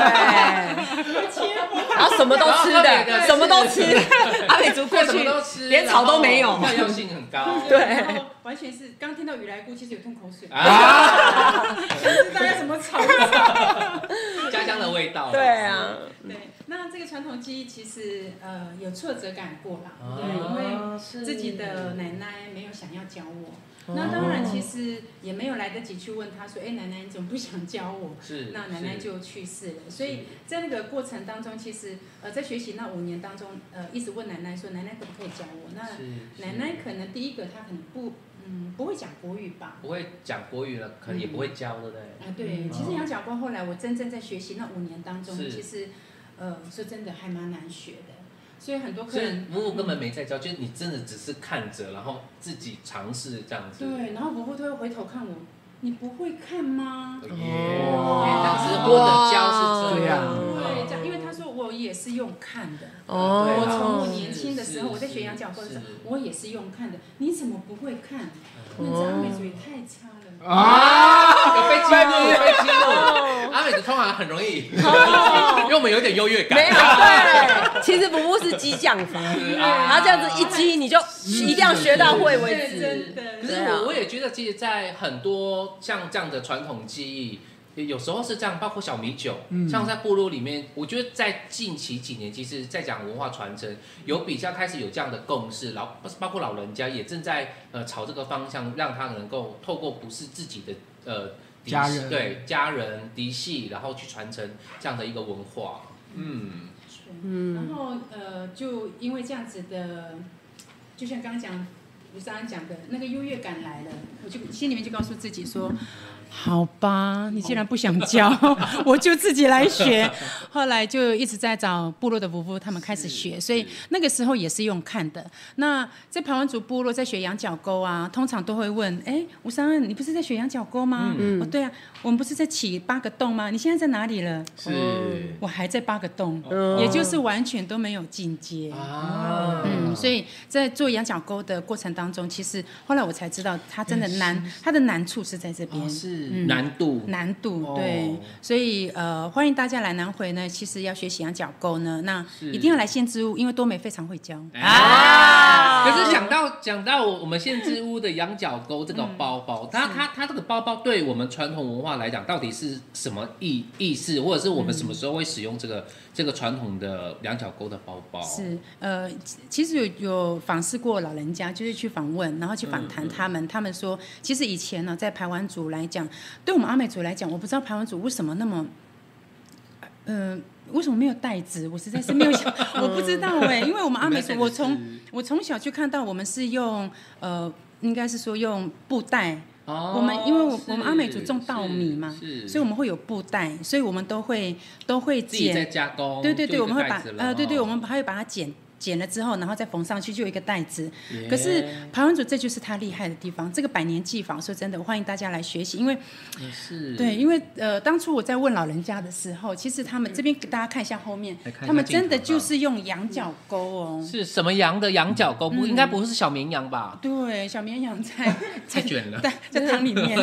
然后什么都吃的，什么都吃，阿美族过去连草都没有， 耐用性很高， 对，然后完全是刚听到雨来菇，其实有吞口水，不知道要怎么炒， 家乡的味道， 对啊。 对，那这个传统技艺其实有挫折感过啦，对，因为自己的奶奶没有想要教我，那当然其实也没有来得及去问她说，奶奶你怎么不想教我？那奶奶就去世了，所以在那个过程当中，其实在学习那5年当中，一直问奶奶说，奶奶可不可以教我？那奶奶可能第一个她可能不会讲国语吧？ 不会讲国语了，可能也不会教，对不对？ 对，其实羊角钩后来我真正在学习那5年当中，其实说真的还蛮难学的，所以很多客人服务根本没在教，就是你真的只是看着，然后自己尝试这样子。 对，然后婆婆都会回头看我，你不会看吗？ 直播的教是这样， 对，这样，因为他说我也是用看的，我从我年轻的时候，我在学羊角钩的时候，我也是用看的，你怎么不会看？那这阿美族也太差了。 有被激怒，阿美族通常很容易，因为我们有点优越感。 没有，对，其实不过是激将法，然后这样子一激，你就一定要学到会为止。 真的。 可是我也觉得，其实，在很多像这样的传统技艺，有时候是这样，包括小米酒，像在部落里面，我觉得在近期几年，其实在讲文化传承，有比较开始有这样的共识，包括老人家也正在朝这个方向，让他能够透过不是自己的家人， 对家人嫡系，然后去传承这样的一个文化。 然后就因为这样子的，就像刚刚吴珊讲的那个优越感来了，我就心里面就告诉自己说，好吧，你既然不想教，我就自己来学。后来就一直在找部落的夫妇，他们开始学，所以那个时候也是用看的。那在排湾族部落在学羊角钩啊，通常都会问，吴珊恩，你不是在学羊角钩吗？对啊，我们不是在起8个洞吗？你现在在哪里了？ 是， 我还在8个洞，也就是完全都没有进阶。所以在做羊角钩的过程当中，其实后来我才知道，它真的难，它的难处是在这边。 难度， 对，所以欢迎大家来南回呢。其实要学习羊角钩呢，那一定要来县之屋，因为多美非常会教可是讲到我们县之屋的羊角钩这个包包，它这个包包对我们传统文化来讲，到底是什么意思，或者是我们什么时候会使用这个传统的羊角钩的包包？ 是其实有访视过老人家，就是去访问，然后去访谈他们，他们说，其实以前呢，在排湾族来讲，对我们阿美族来讲，我不知道排湾族为什么那么，为什么没有袋子？我实在是没有想，我不知道因为我们阿美族，我从小就看到我们是用应该是说用布袋。因为我们阿美族种稻米嘛，所以我们会有布袋，所以我们都会自己再加工。 对，我们会把我们还会把它剪了之后，然后再缝上去，就有一个袋子。可是排湾族这就是他厉害的地方，这个百年技法，说真的，欢迎大家来学习，因为对，因为当初我在问老人家的时候，其实他们这边给大家看一下后面，他们真的就是用羊角钩哦。 是什么羊的羊角钩？应该不是小绵羊吧？ 对，小绵羊太卷了， 在汤里面。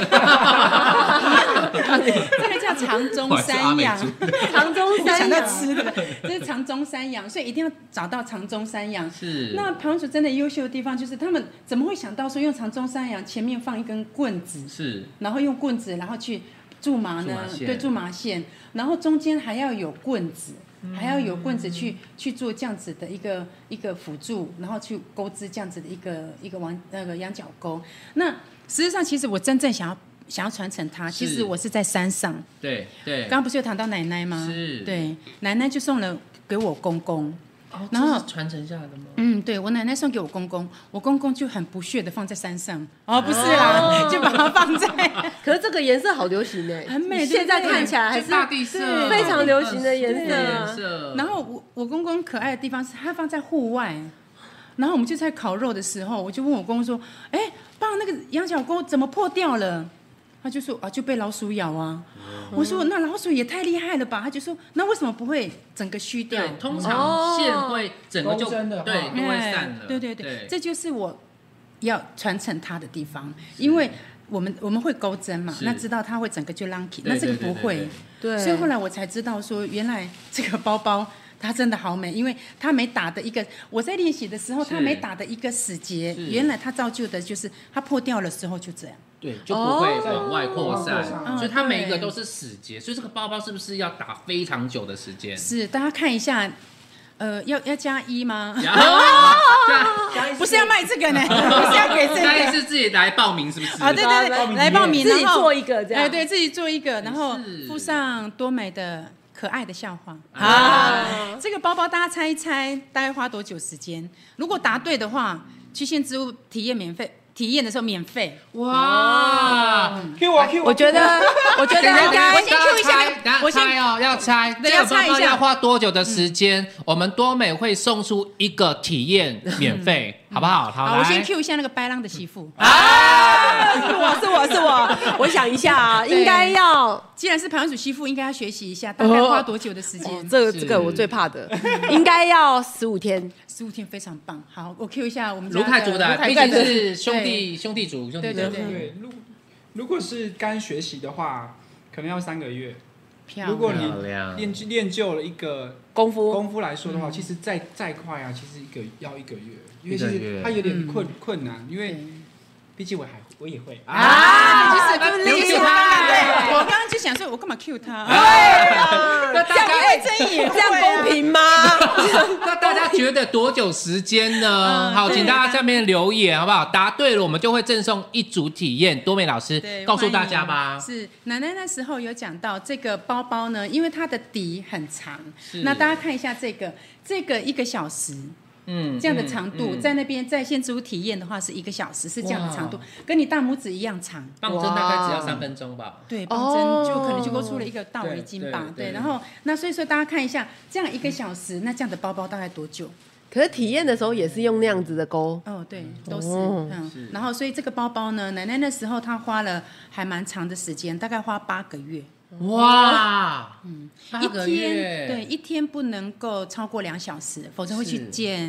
这个叫长中山羊， 长中山羊吃的，这是长中山羊，所以一定要找到长中山羊。 是。 那排湾族真的优秀的地方，就是他们怎么会想到说用长中山羊前面放一根棍子，是，然后用棍子然后去苎麻呢？对，苎麻线，然后中间还要有棍子。还要有棍子去做这样子的一个辅助，然后去钩织这样子的一个羊角钩。那实际上，其实我真正想要传承它，其实我是在山上。 对。刚刚不是有谈到奶奶吗？ 是。 对，奶奶就送了给我公公。 然后传承下来的吗？ 对，我奶奶送给我公公，我公公就很不屑的放在山上。不是啦，就把它放在。 可是这个颜色好流行很美。 现在看起来还是大地色， 非常流行的颜色。 然后我公公可爱的地方是，他放在户外。然后我们就在烤肉的时候，我就问我公公说：“爸，那个羊角钩怎么破掉了？”他就说就被老鼠咬啊。我说那老鼠也太厉害了吧？他就说那为什么不会整个虚掉？ 对，通常线会整个就都会散了。 对，这就是我要传承它的地方，因为我们会钩针嘛，那知道它会整个就 lucky， 那这个不会。对，所以后来我才知道说，原来这个包包它真的好美，因为它没打的一个，我在练习的时候，它没打的一个死结，原来它造就的就是它破掉的时候就这样。 对，就不会往外扩散，所以它每一个都是死结，所以这个包包是不是要打非常久的时间？ 是，大家看一下，要加1吗？不是要卖这个呢，不是要给这个。 加1是自己来报名是不是？ 对，来报名， 自己做一个这样。 对，自己做一个，然后附上多美的可爱的笑话这个包包大家猜一猜，大概花多久时间？如果答对的话，去县之屋体验免费。体验的时候免费。 哇 ！Q 我 Q 我觉得应该， 我先 Q 一下， 我猜要猜，这个包包要花多久的时间？我们多美会送出一个体验免费，好不好？ 好，我先 Q 一下那个白浪的媳妇。 是我，我想一下啊，应该要， 既然是排湾族媳妇，应该要学习一下，大概花多久的时间？ 这个我最怕的，应该要15天。 15天非常棒。好，我 Q 一下我们卢泰族的，毕竟是兄弟族。 对，如果是刚学习的话，可能要3个月。如果你练就了一个功夫来说的话，其实再快啊，其实要1个月，因为其实它有点困难，因为毕竟我也会就是我刚刚就想说，我干嘛 Q 他？ 这样公平吗？ 那大家觉得多久时间呢？好，请大家下面留言好不好？答对了，我们就会赠送1组体验。多美老师告诉大家吧。 是奶奶那时候有讲到这个包包呢，因为它的底很长，那大家看一下这个1个小时。这样的长度，在那边在县之屋体验的话是1个小时，是这样的长度，跟你大拇指一样长。 棒针大概只要3分钟吧。 对，棒针就可能就勾出了一个大围巾吧。对，然后那所以说大家看一下，这样1个小时，那这样的包包大概多久？ 可是体验的时候也是用那样子的钩。 对，都是。然后所以这个包包呢，奶奶那时候她花了还蛮长的时间，大概花8个月。 哇，8个月。 一天不能够超过2小时，否则会去见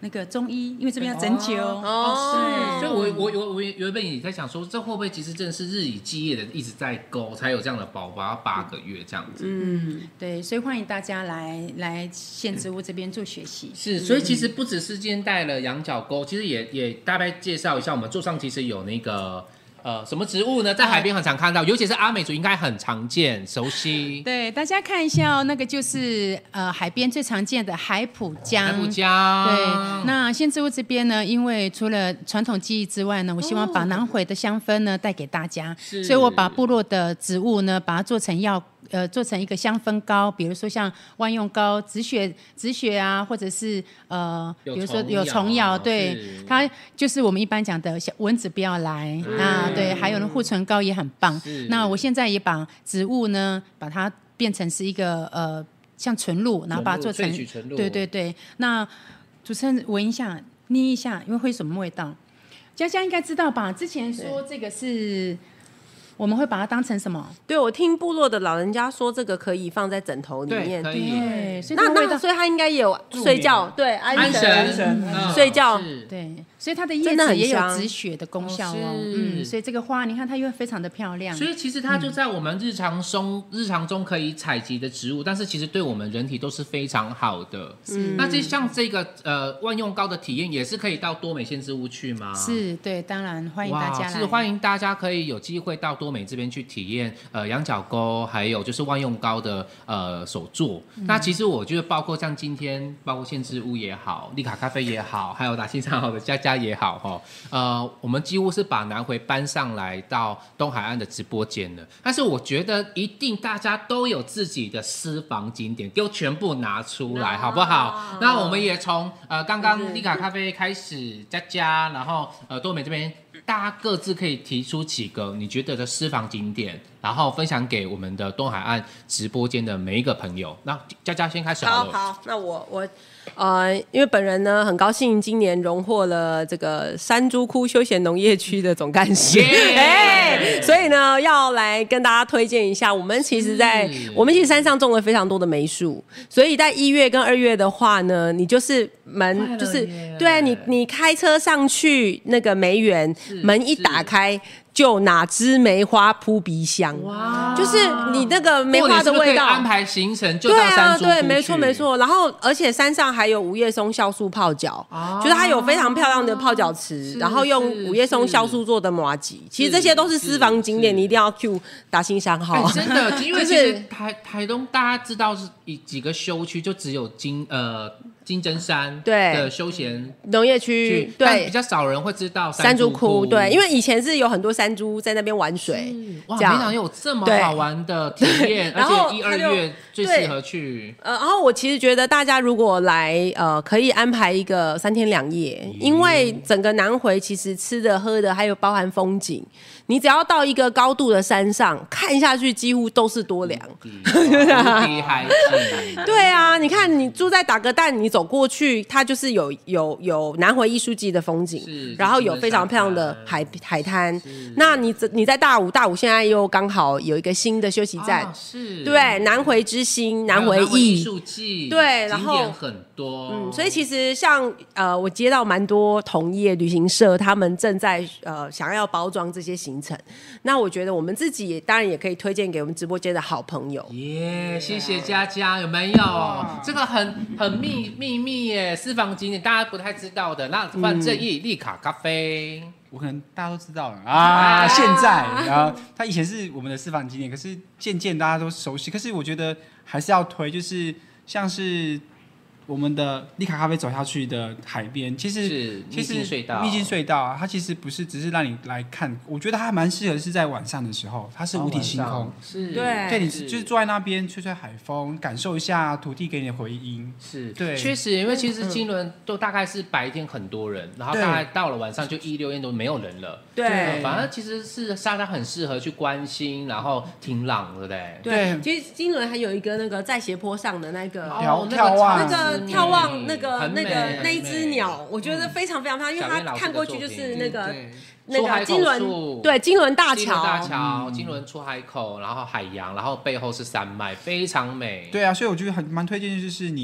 那个中医，因为这边要针灸。 哦， 所以我原本也在想说，这会不会其实真的是日以继夜的一直在勾，才有这样的宝宝要8个月这样子。 对，所以欢迎大家来县植物这边做学习。 是，所以其实不只是今天带了羊角钩，其实也大概介绍一下，我们桌上其实有那个。什么植物呢？在海边很常看到，尤其是阿美族应该很常见、熟悉。 对，大家看一下哦，那个就是海边最常见的海埔姜。 海埔姜。 对，那县植物这边呢，因为除了传统技艺之外呢，我希望把南回的香氛呢带给大家，所以我把部落的植物呢，把它做成做成一个香氛膏，比如说像万用膏、止血啊，或者是比如说有虫咬，对，它就是我们一般讲的蚊子不要来啊，对，还有呢护唇膏也很棒。那我现在也把植物呢，把它变成是一个像纯露，然后把它做成对对对。那主持人闻一下、捏一下，因为会什么味道？佳佳应该知道吧？之前说这个是。我们会把它当成什么？ 对，我听部落的老人家说，这个可以放在枕头里面。 对，所以他应该也有睡觉，对，安神睡觉， 对，所以它的叶子也有止血的功效哦。所以这个花，你看它又非常的漂亮。 所以其实它就在我们日常中可以采集的植物，但是其实对我们人体都是非常好的。那像这个万用膏的体验，也是可以到多美县植物去吗？ 是，对，当然欢迎大家来。 是欢迎大家可以有机会到多美这边去体验羊角钩，还有就是万用膏的手作。那其实我觉得包括像今天，包括县植物也好，丽卡咖啡也好，还有打新上好的佳佳也好我们几乎是把南回搬上来到东海岸的直播间了。但是我觉得一定大家都有自己的私房景点，就全部拿出来好不好？那我们也从刚刚丽卡咖啡开始，佳佳，然后多美这边。大家各自可以提出几个你觉得的私房景点，然后分享给我们的东海岸直播间的每一个朋友。那佳佳先开始好了。 好，那我因为本人呢很高兴今年荣获了这个山猪窟休闲农业区的总干事，所以呢要来跟大家推荐一下，我们其实山上种了非常多的梅树，所以在1月跟2月的话呢，你就是对你开车上去那个梅园，门一打开。就哪支梅花扑鼻香，就是你那个梅花的味道。是不是可以安排行程就到山猪窟去？ 对，没错。然后而且山上还有五叶松酵素泡脚，就是它有非常漂亮的泡脚池，然后用五叶松酵素做的麻糬。其实这些都是私房景点，你一定要 Q 打新山号。 真的，因为其实台东大家知道是几个休区，就只有金针山的休闲农业区， 对，比较少人会知道山猪窟，对，因为以前是有很多山猪在那边玩水， 哇，没想到有这么好玩的体验，而且1、2月最适合去。 然后我其实觉得大家如果来，可以安排一个3天2夜，因为整个南回其实吃的喝的还有包含风景，你只要到一个高度的山上看下去，几乎都是多良，对啊，你看你住在打个蛋，你走过去，它就是有南回艺术季的风景，然后有非常漂亮的海滩。那你在大武现在又刚好有一个新的休息站，对，南回之星、南回艺术季， 对，然后景点很多， 所以其实像我接到蛮多同业旅行社，他们正在想要包装这些行程。那我觉得我们自己当然也可以推荐给我们直播间的好朋友。 谢谢佳佳，有没有？这个很秘密耶，私房景点大家不太知道的。那换正义丽卡咖啡， 我可能大家都知道了啊。现在，然后它以前是我们的私房景点，可是渐渐大家都熟悉。可是我觉得还是要推，就是像是我们的丽卡咖啡走下去的海边，其实秘境隧道啊，它其实不是只是让你来看，我觉得它还蛮适合是在晚上的时候，它是无体星空，对，你就是坐在那边吹吹海风，感受一下土地给你的回音，对， 确实，因为其实金轮都大概是白天很多人，然后大概到了晚上就1、6月都没有人了， 对， 反正其实是沙滩很适合去观星，然后听浪，对不对？ 对，其实金轮还有一个那个在斜坡上的那个眺望， 那个眺望那一只鸟，我觉得非常非常漂亮，因为它看过去就是那个金轮，对，金轮大桥， 金轮出海口，然后海洋，然后背后是山脉，非常美。 对啊，所以我觉得蛮推荐，就是你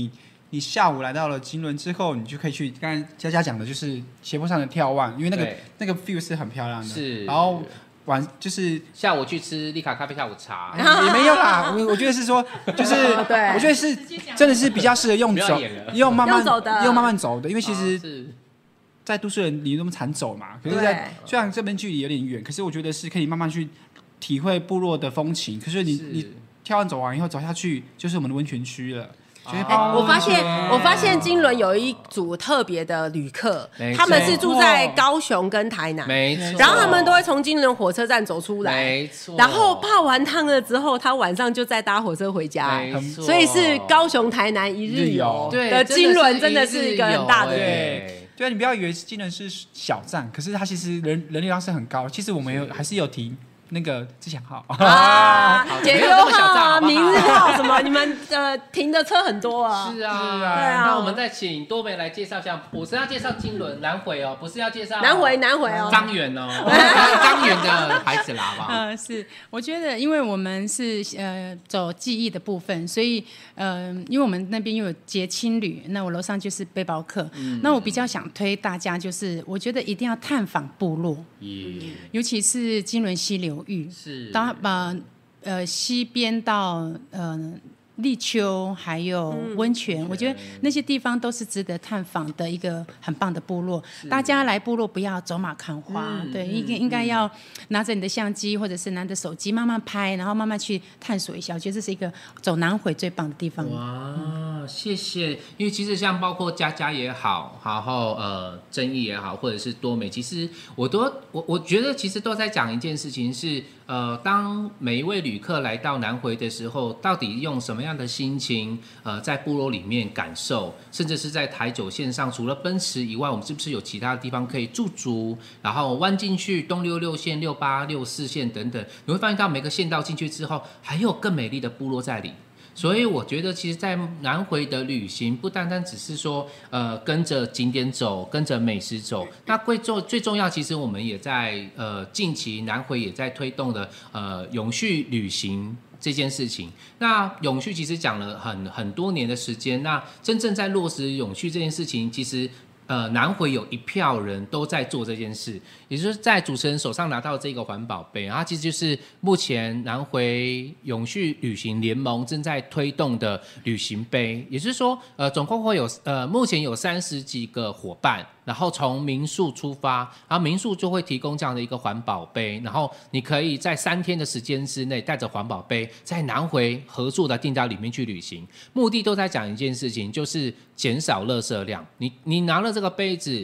你下午来到了金轮之后，你就可以去刚才佳佳讲的，就是斜坡上的眺望，因为那个 view 是很漂亮的。 是， 然后就是下午去吃丽卡咖啡下午茶， 也没有啦。我觉得是说，就是我觉得是真的是比较适合用走，用慢慢走的，因为其实。在都市人你那么常走嘛，可是虽然这边距离有点远，可是我觉得是可以慢慢去体会部落的风情。可是你跳完走完以后走下去，就是我们的温泉区了。 我发现金轮有一组特别的旅客，他们是住在高雄跟台南， 没错。 然后他们都会从金轮火车站走出来， 没错。 然后泡完汤了之后，他晚上就再搭火车回家， 没错。 所以是高雄台南一日游的金轮，真的是一个很大的对啊，你不要以为金轮是小站，可是它其实人流量是很高。其实我们还是有提那个自强号解忧号、明日号什么，你们停的车很多啊。 是啊，对啊。那我们再请多美来介绍一下，我是要介绍金轮南回哦，不是要介绍南回哦， 张远哦，张远的孩子啦，好不好？ 是，我觉得因为我们是走记忆的部分，所以因为我们那边又有结青旅，那我楼上就是背包客，那我比较想推大家，就是我觉得一定要探访部落，尤其是金轮溪流域， 是到西边到立秋还有温泉，我觉得那些地方都是值得探访的一个很棒的部落。大家来部落不要走马看花，对，应该要拿着你的相机或者是拿着手机慢慢拍，然后慢慢去探索一下。我觉得这是一个走南回最棒的地方。 哇，谢谢。因为其实像包括佳佳也好，然后正义也好，或者是多美，其实我觉得其实都在讲一件事情是。当每一位旅客来到南回的时候，到底用什么样的心情，在部落里面感受，甚至是在台九线上，除了奔驰以外，我们是不是有其他的地方可以驻足，然后弯进去东66线、68、64线等等，你会发现到每个线道进去之后，还有更美丽的部落在里。所以我觉得，其实，在南回的旅行，不单单只是说，跟着景点走，跟着美食走。那最重要，其实我们也在近期南回也在推动的永续旅行这件事情。那永续其实讲了很多年的时间，那真正在落实永续这件事情，其实。南回有一票人都在做这件事，也就是在主持人手上拿到这个环保杯，它其实就是目前南回永续旅行联盟正在推动的旅行杯，也就是说，总共会有目前有30几个伙伴，然后从民宿出发，然后民宿就会提供这样的一个环保杯，然后你可以在3天的时间之内带着环保杯在南回合作的店家里面去旅行，目的都在讲一件事情，就是减少垃圾量。你拿了这个杯子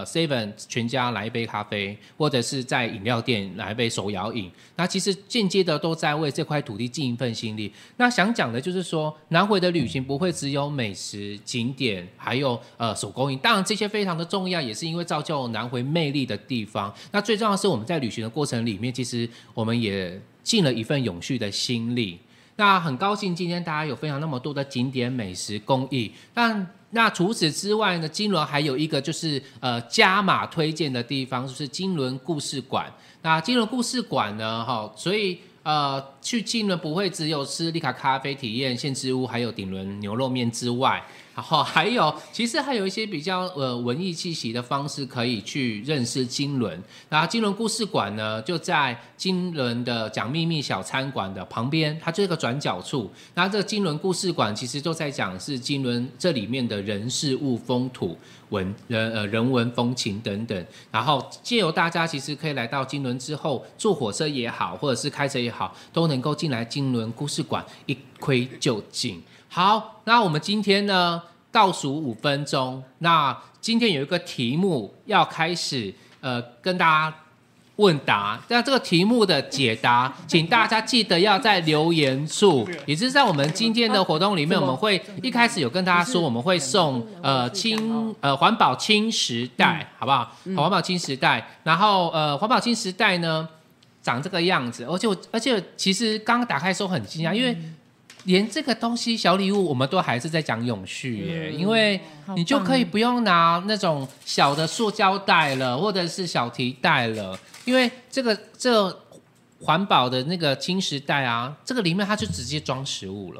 ，7 全家来一杯咖啡，或者是在饮料店来一杯手摇饮，那其实间接的都在为这块土地尽一份心力。那想讲的就是说，南回的旅行不会只有美食景点，还有手工艺，当然这些非常的重要，也是因为造就南回魅力的地方。那最重要的是我们在旅行的过程里面，其实我们也尽了一份永续的心力。那很高兴今天大家有分享那么多的景点、美食、工艺，那除此之外呢，金轮还有一个就是加码推荐的地方，就是金轮故事馆。那金轮故事馆呢，所以去金轮不会只有吃丽卡咖啡体验、限制屋，还有顶轮牛肉面之外，然后其实还有一些比较文艺气息的方式可以去认识金轮。然后金轮故事馆呢，就在金轮的讲秘密小餐馆的旁边，它就一个转角处。那这个金轮故事馆其实都在讲是金轮这里面的人事物风土人文风情等等。然后借由大家其实可以来到金轮之后，坐火车也好，或者是开车也好，都能够进来金轮故事馆一窥究竟。好，那我们今天呢倒数5分钟，那今天有一个题目要开始跟大家问答，那这个题目的解答请大家记得要在留言处，也就是在我们今天的活动里面，我们会一开始有跟大家说我们会送环保轻时代，好不好？环保轻时代，然后环保轻时代呢长这个样子，而且其实刚刚打开的时候很惊讶，因为连这个东西小礼物我们都还是在讲永续耶，因为你就可以不用拿那种小的塑胶袋了，或者是小提袋了，因为这环保的那个轻食袋啊，这个里面它就直接装食物了。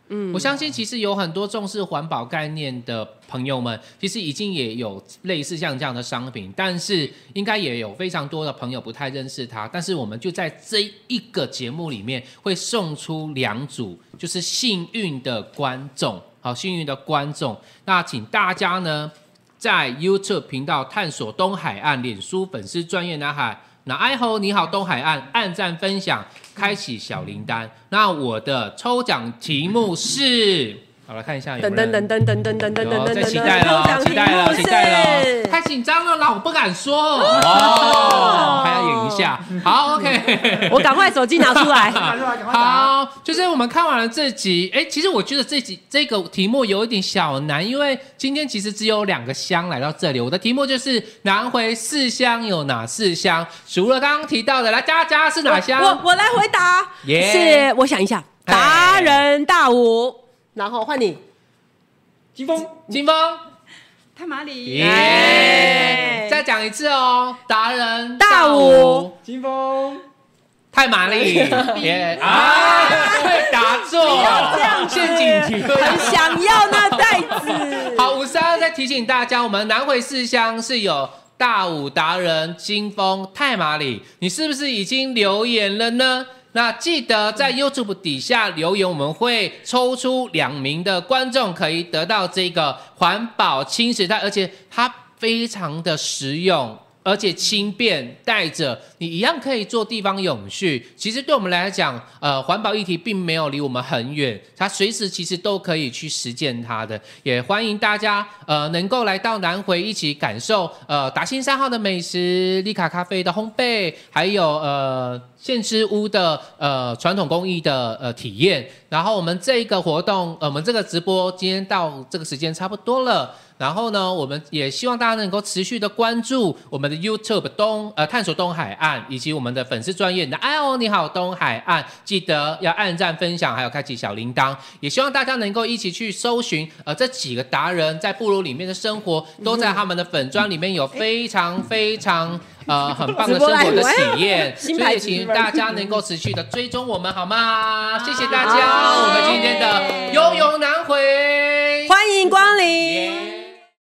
我相信其实有很多重视环保概念的朋友们，其实已经也有类似像这样的商品，但是应该也有非常多的朋友不太认识它。但是我们就在这一个节目里面会送出2组，就是幸运的观众，好，幸运的观众。那请大家呢，在 YouTube 频道探索东海岸，脸书粉丝专页南海。那爱吼你好东海岸，按赞分享，开启小铃铛。那我的抽奖题目是，好来看一下有没有人在期待了，期待了，太紧张了啦，我不敢说哦，还要演一下。好 ，OK， 我赶快手机拿出来。 好，就是我们看完了这集，其实我觉得这个题目有一点小难，因为今天其实只有2个乡来到这里。我的题目就是南回4乡有哪4乡？除了刚刚提到的，来大家是哪乡？ 我来回答，是我想一下，达人大武，然后换你， 金峰， 太麻里， 耶！再讲一次哦，达人大武， 金峰， 太麻里，耶！会答错，陷阱题， 很想要那袋子。 好，53再提醒大家，我们南回4乡是有大武、达人、金峰、太麻里，你是不是已经留言了呢？那记得在 YouTube 底下留言，我们会抽出2名的观众，可以得到这个环保轻食袋，而且它非常的实用，而且轻便，带着你一样可以做地方永续。其实对我们来讲，环保议题并没有离我们很远，它随时其实都可以去实践它的。也欢迎大家能够来到南回一起感受达兴3号的美食、丽卡咖啡的烘焙，还有现吃屋的传统工艺的体验。然后我们这个活动，我们这个直播今天到这个时间差不多了。然后呢，我们也希望大家能够持续的关注我们的 YouTube 探索东海岸，以及我们的粉丝专页的哎哦你好东海岸，记得要按赞分享，还有开启小铃铛。也希望大家能够一起去搜寻这几个达人在部落里面的生活，都在他们的粉专里面有非常非常很棒的生活的体验，所以请大家能够持续的追踪我们好吗？谢谢大家，我们今天的悠游南回， 欢迎光临。